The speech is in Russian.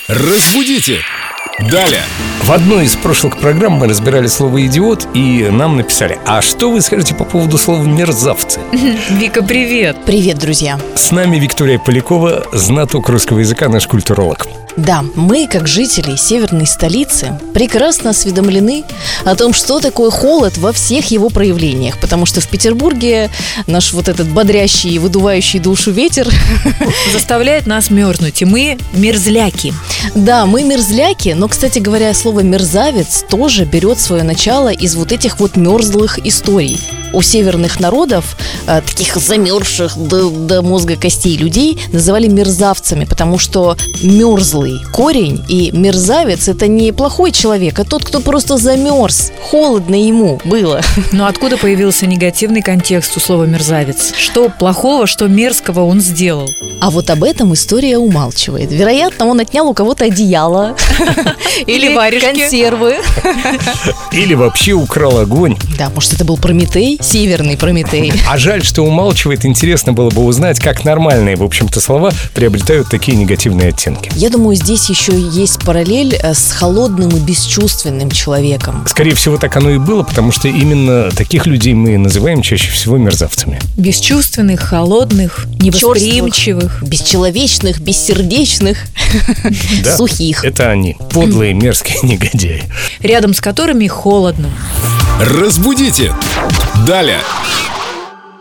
Разбудите! Далее! В одной из прошлых программ мы разбирали слово «идиот», и нам написали: а что вы скажете по поводу слова «мерзавцы»? Вика, привет! Привет, друзья! С нами Виктория Полякова, знаток русского языка, наш культуролог. Да, мы, как жители северной столицы, прекрасно осведомлены о том, что такое холод во всех его проявлениях. Потому что в Петербурге наш вот этот бодрящий и выдувающий душу ветер Заставляет нас мерзнуть, и мы мерзляки. Да, мы мерзляки, но, кстати говоря, слово «мерзавец» тоже берет свое начало из вот этих вот мерзлых историй. У северных народов таких замерзших до мозга костей людей называли мерзавцами, потому что мерзлый корень и мерзавец — это не плохой человек, а тот, кто просто замерз. Холодно ему было. Но откуда появился негативный контекст у слова «мерзавец»? Что плохого, что мерзкого он сделал? А вот об этом история умалчивает. Вероятно, он отнял у кого-то одеяло Или варежки. консервы. Или вообще украл огонь. Да, может, это был Прометей, северный Прометей. А жаль, что умалчивает. Интересно было бы узнать, как нормальные, в общем-то, слова приобретают такие негативные оттенки. Я думаю, здесь еще есть параллель с холодным и бесчувственным человеком. Скорее всего, так оно и было, потому что именно таких людей мы называем чаще всего мерзавцами. Бесчувственных, холодных, невосприимчивых. Бесчеловечных, бессердечных, Да, сухих. это они, подлые, мерзкие негодяи. Рядом с которыми холодно. Разбудите! Далее!